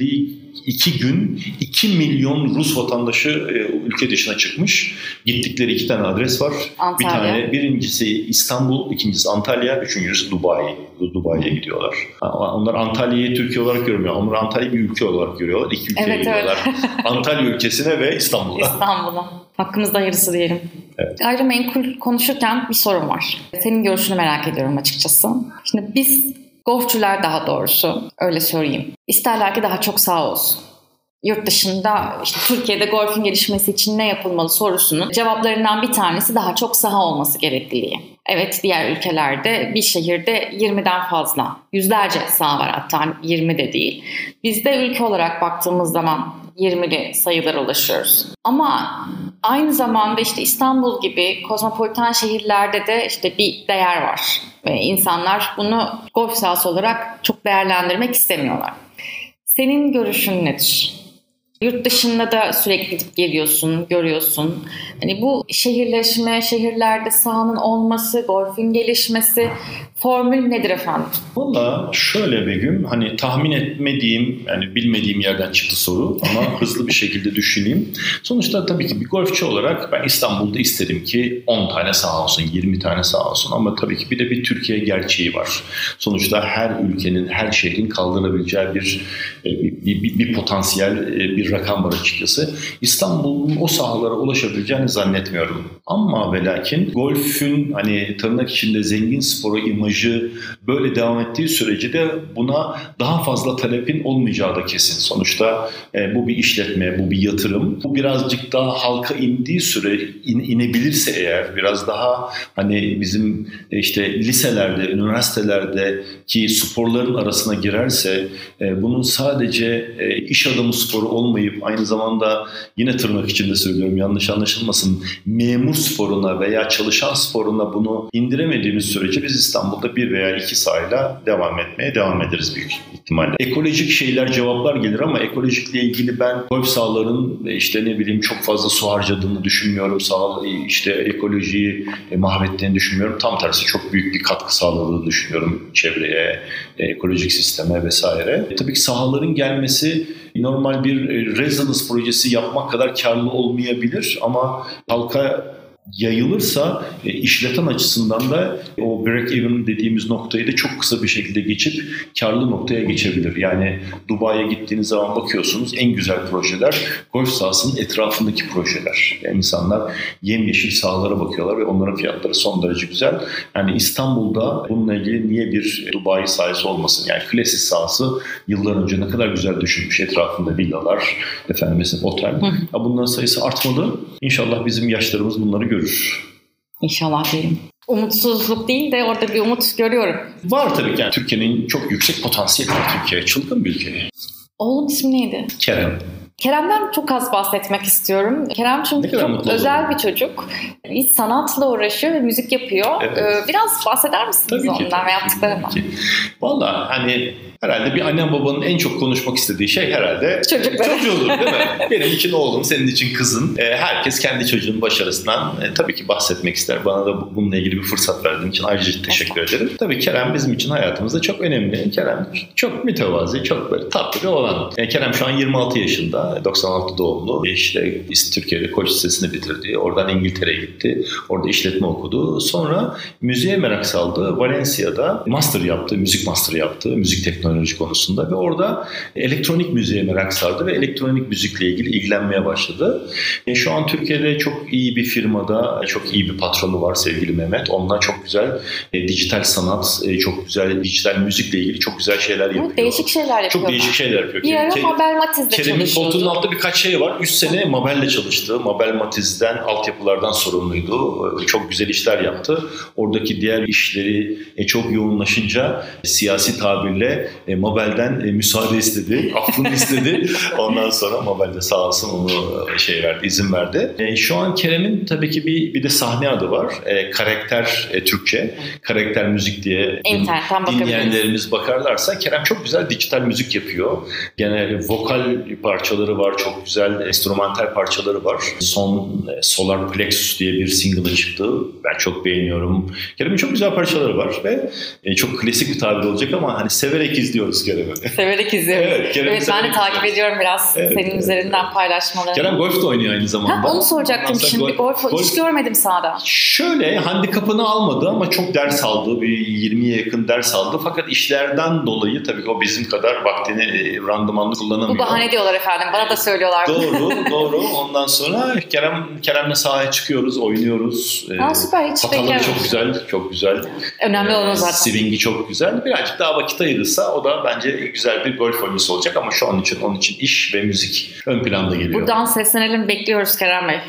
S2: iki gün iki milyon Rus vatandaşı ülke dışına çıkmış. Gittikleri iki tane adres var.
S1: Antalya.
S2: Bir tane, birincisi İstanbul, ikincisi Antalya, üçüncüsü Dubai. Dubai'ye gidiyorlar. Onlar Antalya'yı Türkiye olarak görmüyor. Onlar Antalya'yı bir ülke olarak görüyorlar. İki ülkeye
S1: evet,
S2: gidiyorlar.
S1: Evet.
S2: Antalya ülkesine ve İstanbul'a.
S1: İstanbul'a. Hakkımızda hayırlısı diyelim.
S2: Evet.
S1: Gayrimenkul konuşurken bir sorun var. Senin görüşünü merak ediyorum açıkçası. Şimdi biz golfçüler, daha doğrusu öyle söyleyeyim, İsterler ki daha çok saha olsun. Yurt dışında işte Türkiye'de golfün gelişmesi için ne yapılmalı sorusunun cevaplarından bir tanesi daha çok saha olması gerekliliği. Evet, diğer ülkelerde bir şehirde yirmiden fazla, yüzlerce saha var, hatta yirmi de değil. Bizde ülke olarak baktığımız zaman yirmili sayılara ulaşıyoruz. Ama aynı zamanda işte İstanbul gibi kozmopolitan şehirlerde de işte bir değer var. Ve insanlar bunu golf sahası olarak çok değerlendirmek istemiyorlar. Senin görüşün nedir? Yurt dışında da sürekli gidip geliyorsun, görüyorsun. Hani bu şehirleşme, şehirlerde sahanın olması, golfün gelişmesi, formül nedir efendim?
S2: Valla şöyle Begüm, hani tahmin etmediğim, yani bilmediğim yerden çıktı soru ama hızlı bir şekilde düşüneyim. Sonuçta tabii ki bir golfçi olarak ben İstanbul'da isterim ki on tane saha olsun, yirmi tane saha olsun, ama tabii ki bir de bir Türkiye gerçeği var. Sonuçta her ülkenin, her şehrin kaldırabileceği bir bir, bir, bir potansiyel, bir rakam var açıkçası. İstanbul'un o sahalara ulaşabileceğini zannetmiyorum. Ama ve lakin golfün hani tırnak içinde zengin sporu imajı böyle devam ettiği sürece de buna daha fazla talepin olmayacağı da kesin. Sonuçta e, bu bir işletme, bu bir yatırım. Bu birazcık daha halka indiği süre, in, inebilirse eğer, biraz daha hani bizim işte liselerde, üniversitelerdeki sporların arasına girerse, e, bunun sadece e, iş adamı sporu olmayıp aynı zamanda, yine tırnak içinde söylüyorum, yanlış anlaşılmasın, memur sporuna veya çalışan sporuna bunu indiremediğimiz sürece biz İstanbul'da bir veya iki sahayla devam etmeye devam ederiz büyük ihtimalle. Ekolojik şeyler, cevaplar gelir ama ekolojikle ilgili ben golf sahaların işte ne bileyim çok fazla su harcadığını düşünmüyorum. Sağ, işte ekolojiyi e, mahvettiğini düşünmüyorum. Tam tersi çok büyük bir katkı sağladığını düşünüyorum çevreye, e, ekolojik sisteme vesaire. E, tabii ki sahaların gelmesi normal bir residence projesi yapmak kadar karlı olmayabilir ama halka yayılırsa e, işleten açısından da o break even dediğimiz noktayı da çok kısa bir şekilde geçip karlı noktaya geçebilir. Yani Dubai'ye gittiğiniz zaman bakıyorsunuz, en güzel projeler golf sahasının etrafındaki projeler. Yani insanlar yemyeşil sahalara bakıyorlar ve onların fiyatları son derece güzel. Yani İstanbul'da bununla ilgili niye bir Dubai sahası olmasın? Yani Klasis sahası yıllar önce ne kadar güzel düşünmüş, etrafında villalar, efendim mesela otel. Bunların sayısı artmalı. İnşallah bizim yaşlarımız bunları görür.
S1: İnşallah diyelim. Umutsuzluk değil de orada bir umut görüyorum.
S2: Var tabii ki. Yani Türkiye'nin çok yüksek potansiyeli var. Türkiye çılgın bir ülke.
S1: Oğlum ismi neydi?
S2: Kerem.
S1: Kerem'den çok az bahsetmek istiyorum. Kerem çünkü çok özel oldum. Bir çocuk. Bir sanatla uğraşıyor ve müzik yapıyor. Evet. Ee, biraz bahseder misiniz tabii ondan ve yaptıklarından? Valla hani herhalde bir anne babanın en çok konuşmak istediği şey herhalde çocuğudur değil mi? Benim için oğlum, senin için kızın. Ee, herkes kendi çocuğunun başarısından e, tabii ki bahsetmek ister. Bana da bununla ilgili bir fırsat verdiğin için ayrıca teşekkür ederim. Tabii Kerem bizim için hayatımızda çok önemli. Kerem çok mütevazi, çok böyle tatlı bir oğlan. Yani Kerem şu an yirmi altı yaşında. doksan altı doğumlu. İşte Türkiye'de Koç Lisesi'ni bitirdi. Oradan İngiltere'ye gitti. Orada işletme okudu. Sonra müziğe merak saldı. Valencia'da master yaptı. Müzik master yaptı. Müzik teknoloji konusunda ve orada elektronik müziğe merak sardı ve elektronik müzikle ilgili ilgilenmeye başladı. E, şu an Türkiye'de çok iyi bir firmada, çok iyi bir patronu var sevgili Mehmet. Onunla çok güzel e, dijital sanat, e, çok güzel dijital müzikle ilgili çok güzel şeyler yapıyor. Evet, değişik şeyler yapıyor.
S2: Çok değişik şeyler yapıyor.
S1: Bir ara Mabel Matiz'de
S2: Kerem'in koltuğunun altında birkaç şey var. üç sene Mabel'le çalıştı. Mabel Matiz'den, altyapılardan sorumluydu. Çok güzel işler yaptı. Oradaki diğer işleri e, çok yoğunlaşınca e, siyasi tabirle e, Mabel'den e, müsaade istedi. Affını istedi. Ondan sonra Mabel de sağ olsun onu şey verdi, izin verdi. E, şu an Kerem'in tabii ki bir bir de sahne adı var. E, Karakter e, Türkçe. Karakter Müzik diye din, dinleyenlerimiz bakarlarsa Kerem çok güzel dijital müzik yapıyor. Gene vokal parçaları parçaları var. Çok güzel enstrümantal parçaları var. Son Solar Plexus diye bir single'ı çıktı. Ben çok beğeniyorum. Kerem'in çok güzel parçaları var ve çok klasik bir tabir olacak ama hani severek izliyoruz Kerem'i.
S1: Severek izliyoruz. Evet, evet ben de takip ediyorum biraz evet, senin evet, üzerinden evet. paylaşmalarını.
S2: Kerem golf de oynuyor aynı zamanda.
S1: Ha, onu soracaktım Aslında şimdi. Golf, golf hiç görmedim sahada.
S2: Şöyle handikapını almadı ama çok ders aldı. Bir yirmiye yakın ders aldı. Fakat işlerden dolayı tabii o bizim kadar vaktini randımanlı kullanamıyor.
S1: Bu bahane diyorlar efendim. Bana da söylüyorlar.
S2: Doğru, doğru. Ondan sonra Kerem Kerem'le sahaya çıkıyoruz, oynuyoruz.
S1: Aa, süper. Hiç
S2: Hataları çok güzel, çok güzel.
S1: Önemli olan zaten.
S2: Swing'i çok güzel. Birazcık daha vakit ayırırsa o da bence güzel bir golf oyuncusu olacak ama şu an için onun için iş ve müzik ön planda geliyor.
S1: Buradan seslenelim, bekliyoruz Kerem Bey.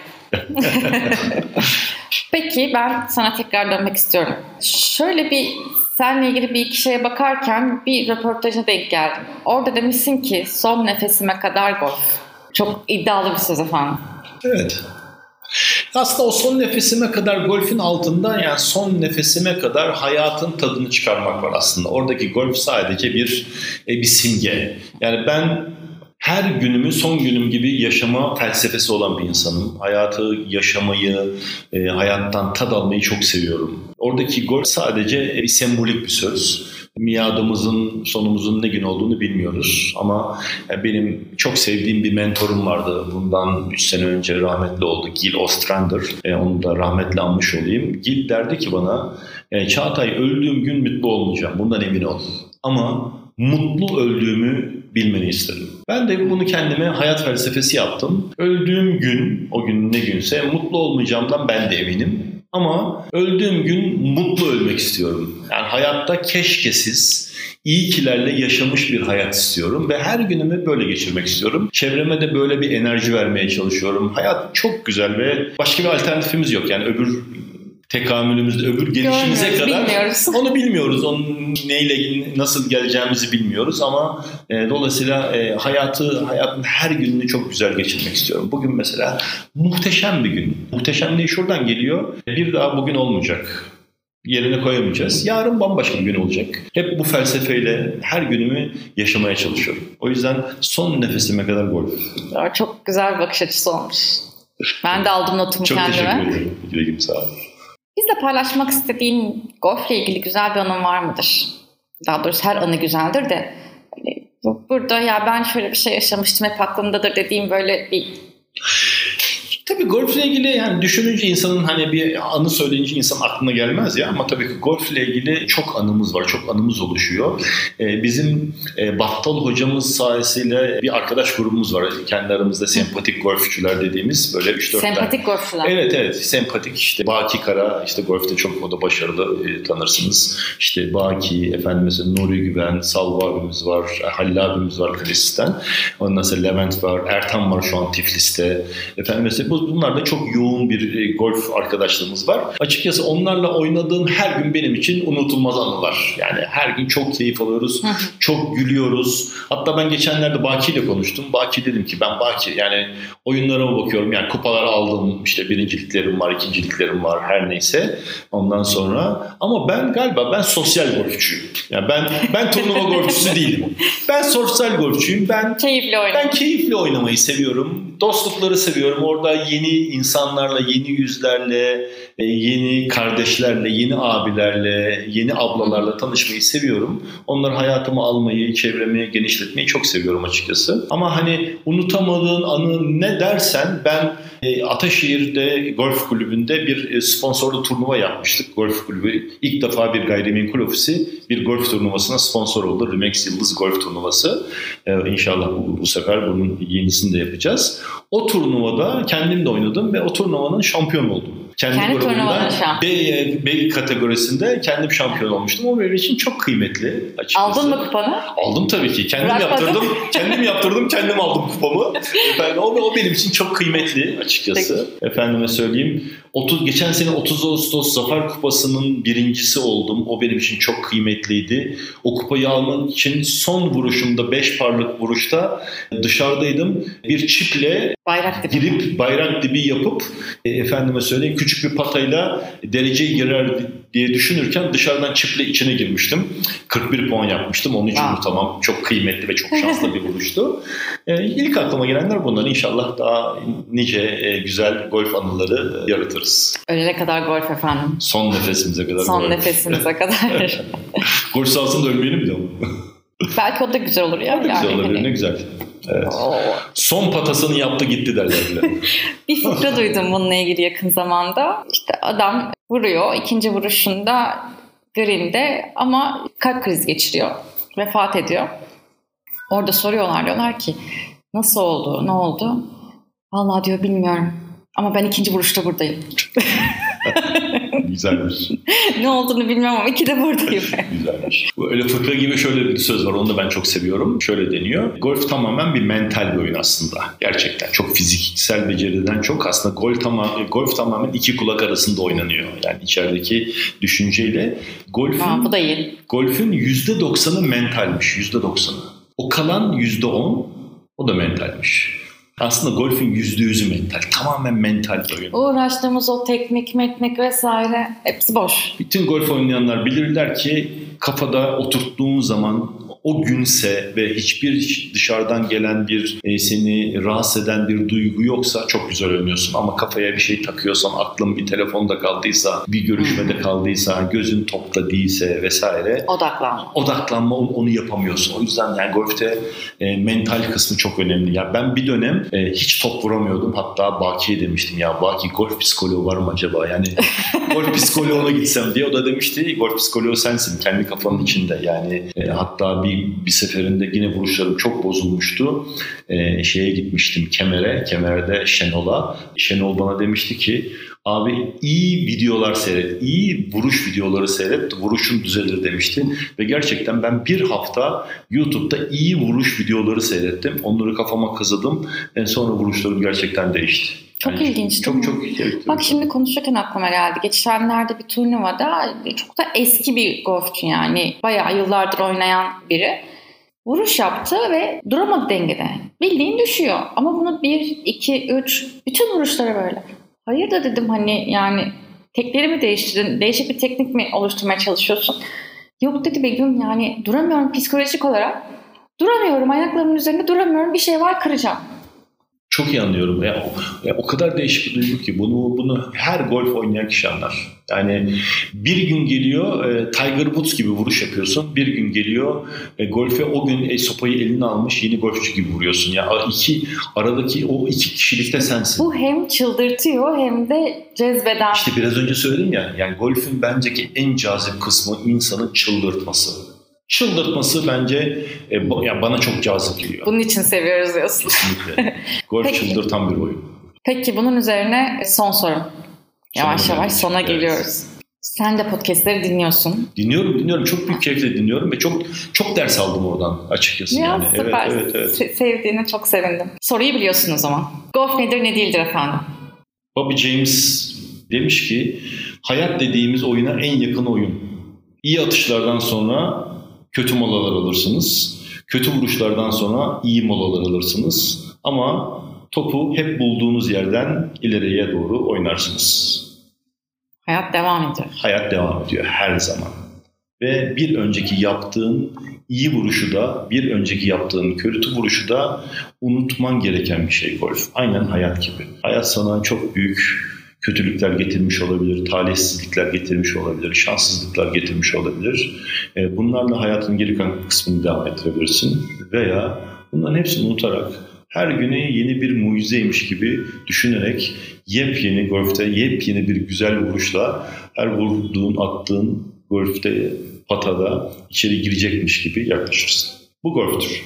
S1: Peki ben sana tekrar dönmek istiyorum. Şöyle bir seninle ilgili bir iki şeye bakarken bir röportaja denk geldim. Orada demişsin ki son nefesime kadar golf. Çok iddialı bir söz efendim.
S2: Evet. Aslında o son nefesime kadar golfün altında yani son nefesime kadar hayatın tadını çıkarmak var aslında. Oradaki golf sadece bir bir simge. Yani ben her günümü son günüm gibi yaşama felsefesi olan bir insanım. Hayatı yaşamayı, e, hayattan tad almayı çok seviyorum. Oradaki golf sadece bir sembolik bir söz. Miadımızın, sonumuzun ne gün olduğunu bilmiyoruz. Ama benim çok sevdiğim bir mentorum vardı. Bundan üç sene önce rahmetli oldu. Gil Ostrander. E, onu da rahmetli anmış olayım. Gil derdi ki bana, e, Çağatay öldüğüm gün mutlu olmayacağım. Bundan emin ol. Ama mutlu öldüğümü bilmeni isterim. Ben de bunu kendime hayat felsefesi yaptım. Öldüğüm gün, o gün ne günse mutlu olmayacağımdan ben de eminim. Ama öldüğüm gün mutlu ölmek istiyorum. Yani hayatta keşkesiz, iyi kilerle yaşamış bir hayat istiyorum ve her günümü böyle geçirmek istiyorum. Çevreme de böyle bir enerji vermeye çalışıyorum. Hayat çok güzel ve başka bir alternatifimiz yok. Yani öbür tekamülümüzde, öbür gelişimize kadar
S1: bilmiyoruz.
S2: Onu bilmiyoruz. Onun neyle nasıl geleceğimizi bilmiyoruz ama e, dolayısıyla e, hayatı hayatın her gününü çok güzel geçirmek istiyorum. Bugün mesela muhteşem bir gün. Muhteşemliği şuradan geliyor. Bir daha bugün olmayacak. Yerine koyamayacağız. Yarın bambaşka bir gün olacak. Hep bu felsefeyle her günümü yaşamaya çalışıyorum. O yüzden son nefesime kadar golf.
S1: Ya, çok güzel bir bakış açısı olmuş. Ben de aldım notumu
S2: çok
S1: kendime.
S2: Çok teşekkür ederim. Güle sağ olun.
S1: Bizle paylaşmak istediğin golfle ilgili güzel bir anın var mıdır? Daha doğrusu her anı güzeldir de burada ya ben şöyle bir şey yaşamıştım hep aklımdadır dediğim böyle bir...
S2: Tabii golfle ilgili yani düşününce insanın hani bir anı söyleyince insan aklına gelmez ya ama tabii ki golfle ilgili çok anımız var, çok anımız oluşuyor. Ee, bizim e, Battal hocamız sayesinde bir arkadaş grubumuz var. Kendi aramızda sempatik golfçüler dediğimiz böyle üç dört tane.
S1: Sempatik golfçüler.
S2: Evet evet sempatik işte Baki Kara işte golfte çok o da başarılı e, tanırsınız. İşte Baki, efendim mesela Nuri Güven, Salva abimiz var, Halil abimiz var Kalis'ten. Ondan sonra Levent var, Ertan var şu an Tiflis'te. Efendim mesela bu Bunlar da çok yoğun bir golf arkadaşlığımız var. Açıkçası onlarla oynadığım her gün benim için unutulmaz anılar. Yani her gün çok keyif alıyoruz, çok gülüyoruz. Hatta ben geçenlerde Baki ile konuştum. Baki dedim ki ben Baki yani oyunlarıma bakıyorum. Yani kupalar aldım, işte birinciliklerim var, ikinciliklerim var her neyse. Ondan sonra ama ben galiba ben sosyal golfçüyüm. Yani ben ben turnuva golfçüsü değilim. Ben sosyal golfçüyüm. Ben
S1: keyifli
S2: ben keyifli oynamayı seviyorum. Dostlukları seviyorum. Orada yeni insanlarla, yeni yüzlerle, yeni kardeşlerle, yeni abilerle, yeni ablalarla tanışmayı seviyorum. Onları hayatıma almayı, çevremi genişletmeyi çok seviyorum açıkçası. Ama hani unutamadığın anı ne dersen ben Ataşehir'de golf kulübünde bir sponsorlu turnuva yapmıştık. Golf kulübü ilk defa bir gayrimenkul ofisi bir golf turnuvasına sponsor oldu. Remax Yıldız Golf Turnuvası. Ee, İnşallah bu, bu sefer bunun yenisini de yapacağız. O turnuvada kendim de oynadım ve o turnuvanın şampiyon oldum. Kendi,
S1: Kendi
S2: grubumda B, B kategorisinde kendim şampiyon olmuştum. O benim için çok kıymetli açıkçası.
S1: Aldın mı kupanı?
S2: Aldım tabii ki. Kendim Bırakmadım. yaptırdım. kendim yaptırdım, kendim aldım kupamı. Efendim, o, o benim için çok kıymetli açıkçası. Peki. Efendime söyleyeyim. otuz geçen sene otuz Ağustos Zafer Kupası'nın birincisi oldum. O benim için çok kıymetliydi. O kupayı almak için son vuruşumda beş parlık vuruşta dışarıdaydım. Bir çiple
S1: bayrak dibi.
S2: girip bayrak dibi yapıp e, efendime söyleyeyim küçük küçük bir patayla dereceyi girer diye düşünürken dışarıdan çiple içine girmiştim. kırk bir puan yapmıştım. Onun için bu tamam çok kıymetli ve çok şanslı bir vuruştu. Ee, ilk aklıma gelenler bunlar. İnşallah daha nice e, güzel golf anıları yaratırız.
S1: Ölene kadar golf efendim.
S2: Son nefesimize kadar
S1: Son
S2: golf.
S1: nefesimize kadar.
S2: Golf sahasında ölmeyelim de ama.
S1: Belki o da güzel olur ya.
S2: O da güzel
S1: yani
S2: olabilir.
S1: hani.
S2: Ne güzel. Evet.
S1: Oo.
S2: Son patasını yaptı gitti derler bile.
S1: Bir fikre duydum bununla ilgili yakın zamanda. İşte adam vuruyor. İkinci vuruşunda green'de ama kalp krizi geçiriyor. Vefat ediyor. Orada soruyorlar, diyorlar ki nasıl oldu, ne oldu? Vallahi diyor bilmiyorum. Ama ben ikinci vuruşta buradayım.
S2: Güzelmiş.
S1: Ne olduğunu bilmem ama iki de buradayım.
S2: Güzelmiş. Öyle fıkra gibi şöyle bir söz var. Onu da ben çok seviyorum. Şöyle deniyor. Golf tamamen bir mental bir oyun aslında. Gerçekten. Çok fiziksel beceriden çok aslında golf, tamam, golf tamamen iki kulak arasında oynanıyor. Yani içerideki düşünceyle. Golfün,
S1: Aa, bu da iyi.
S2: Golfün yüzde doksanı mentalmiş. yüzde doksanı. O kalan yüzde on o da mentalmiş. Aslında golfün yüzde yüzü mental. Tamamen mental bir oyun.
S1: Uğraştığımız o teknik, meknik vesaire hepsi boş.
S2: Bütün golf oynayanlar bilirler ki kafada oturttuğun zaman o günse ve hiçbir dışarıdan gelen bir e, seni rahatsız eden bir duygu yoksa çok güzel oynuyorsun. Ama kafaya bir şey takıyorsan, aklın bir telefonda kaldıysa, bir görüşmede kaldıysa, gözün topta değilse vesaire.
S1: Odaklanma.
S2: Odaklanma onu yapamıyorsun. O yüzden yani golfte e, mental kısmı çok önemli. Ya ben bir dönem e, hiç top vuramıyordum. Hatta Baki'ye demiştim ya Baki golf psikoloğu var mı acaba? Yani golf psikoloğuna gitsem diye. O da demişti golf psikoloğu sensin. Kendi kafanın içinde. Yani e, hatta bir Bir seferinde yine vuruşlarım çok bozulmuştu. Ee, şeye gitmiştim Kemer'e. Kemer'de Şenol'a. Şenol bana demişti ki abi iyi videolar seyret. İyi vuruş videoları seyret. Vuruşun düzelir demişti. Ve gerçekten ben bir hafta YouTube'da iyi vuruş videoları seyrettim. Onları kafama kazıdım. En sonra vuruşlarım gerçekten değişti.
S1: Çok yani ilginç
S2: çok,
S1: değil
S2: çok,
S1: mi?
S2: çok, evet,
S1: Bak şimdi konuşurken aklıma geldi. Geçenlerde bir turnuvada çok da eski bir golfçü yani bayağı yıllardır oynayan biri vuruş yaptı ve duramadı dengede. Bildiğin düşüyor. Ama bunu bir, iki, üç bütün vuruşları böyle. Hayır da dedim hani yani tekleri mi değiştirdin? Değişik bir teknik mi oluşturmaya çalışıyorsun? Yok dedi Begüm yani duramıyorum psikolojik olarak. Duramıyorum ayaklarımın üzerinde duramıyorum bir şey var kıracağım.
S2: Çok iyi anlıyorum. Ya, o, ya, o kadar değişik bir duygu ki bunu bunu her golf oynayan kişi anlar. Yani bir gün geliyor e, Tiger Woods gibi vuruş yapıyorsun. Bir gün geliyor e, golfe o gün e, sopayı eline almış yeni golfçü gibi vuruyorsun. Ya iki aradaki o iki kişilikte sensin.
S1: Bu hem çıldırtıyor hem de cezbeden.
S2: İşte biraz önce söyledim ya. Yani golfün bence ki en cazip kısmı insanın çıldırtması. Çıldırtması bence e, ya bana çok cazip geliyor.
S1: Bunun için seviyoruz diyorsun.
S2: Kesinlikle. Golf Peki. çıldırtan bir oyun.
S1: Peki bunun üzerine son sorum. Yavaş
S2: Sonra
S1: yavaş sona
S2: evet. geliyoruz.
S1: Sen de podcastleri dinliyorsun.
S2: Dinliyorum, dinliyorum. Çok büyük keyifle dinliyorum ve çok çok ders aldım oradan açıkçası.
S1: Ya
S2: yani.
S1: süper.
S2: Evet, evet, evet.
S1: Sevdiğine çok sevindim. Soruyu biliyorsun o zaman. Golf nedir ne değildir efendim?
S2: Bobby James demiş ki hayat dediğimiz oyuna en yakın oyun. İyi atışlardan sonra kötü molalar alırsınız. Kötü vuruşlardan sonra iyi molalar alırsınız. Ama topu hep bulduğunuz yerden ileriye doğru oynarsınız.
S1: Hayat devam ediyor.
S2: Hayat devam ediyor her zaman. Ve bir önceki yaptığın iyi vuruşu da, bir önceki yaptığın kötü vuruşu da unutman gereken bir şey golf. Aynen hayat gibi. Hayat sana çok büyük kötülükler getirmiş olabilir, talihsizlikler getirmiş olabilir, şanssızlıklar getirmiş olabilir. Bunlarla hayatın geri kalan kısmını devam ettirebilirsin. Veya bunların hepsini unutarak her günü yeni bir mucizeymiş gibi düşünerek yepyeni golfte, yepyeni bir güzel vuruşla her vurduğun, attığın golfte, patada içeri girecekmiş gibi yaklaşırsın. Bu golftür.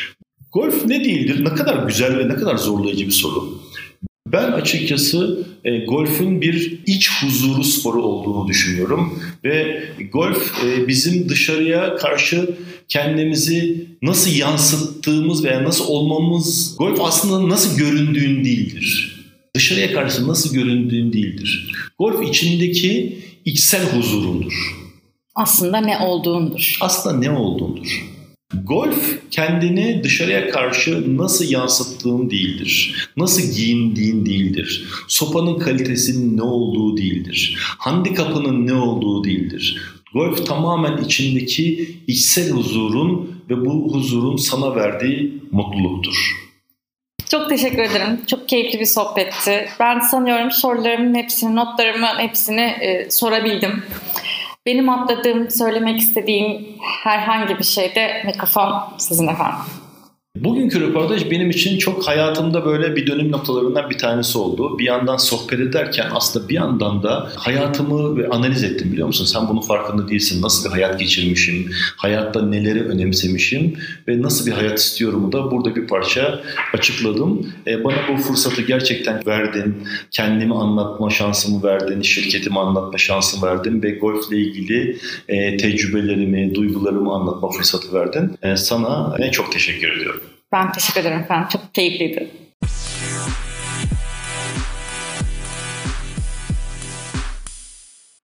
S2: Golf ne değildir? Ne kadar güzel ve ne kadar zorlayıcı bir soru. Ben açıkçası e, golfün bir iç huzuru sporu olduğunu düşünüyorum ve golf e, bizim dışarıya karşı kendimizi nasıl yansıttığımız veya nasıl olmamız, golf aslında nasıl göründüğün değildir. Dışarıya karşı nasıl göründüğün değildir. Golf içindeki içsel huzurundur.
S1: Aslında ne olduğundur.
S2: Aslında ne olduğundur. Golf kendini dışarıya karşı nasıl yansıttığın değildir. Nasıl giyindiğin değildir. Sopanın kalitesinin ne olduğu değildir. Handikapının ne olduğu değildir. Golf tamamen içindeki içsel huzurun ve bu huzurun sana verdiği mutluluktur.
S1: Çok teşekkür ederim. Çok keyifli bir sohbetti. Ben sanıyorum sorularımın hepsini, notlarımın hepsini e, sorabildim. Benim atladığım, söylemek istediğim herhangi bir şeyde mikrofon sizin efendim.
S2: Bugünkü röportaj benim için çok hayatımda böyle bir dönüm noktalarından bir tanesi oldu. Bir yandan sohbet ederken aslında bir yandan da hayatımı ve analiz ettim, biliyor musun? Sen bunun farkında değilsin. Nasıl bir hayat geçirmişim, hayatta neleri önemsemişim ve nasıl bir hayat istiyorumu da burada bir parça açıkladım. E, bana bu fırsatı gerçekten verdin. Kendimi anlatma şansımı verdin, şirketimi anlatma şansımı verdin ve golfle ilgili e, tecrübelerimi, duygularımı anlatma fırsatı verdin. E, sana ne çok teşekkür ediyorum.
S1: Ben teşekkür ederim efendim. Çok keyifliydi.